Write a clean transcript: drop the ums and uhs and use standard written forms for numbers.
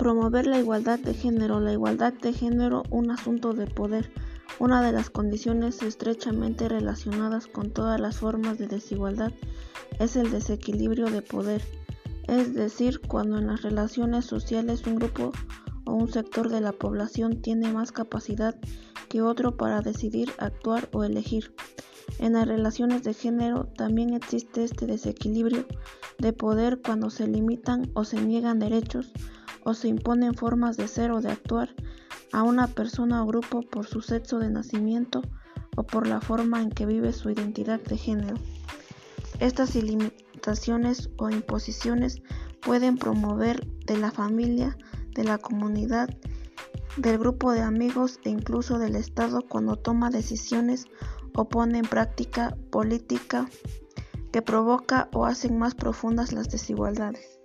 Promover la igualdad de género. La igualdad de género, un asunto de poder. Una de las condiciones estrechamente relacionadas con todas las formas de desigualdad es el desequilibrio de poder, es decir, cuando en las relaciones sociales un grupo o un sector de la población tiene más capacidad que otro para decidir, actuar o elegir. En las relaciones de género también existe este desequilibrio de poder cuando se limitan o se niegan derechos o se imponen formas de ser o de actuar a una persona o grupo por su sexo de nacimiento o por la forma en que vive su identidad de género. Estas limitaciones o imposiciones pueden promover de la familia, de la comunidad, del grupo de amigos e incluso del Estado cuando toma decisiones o pone en práctica política que provoca o hacen más profundas las desigualdades.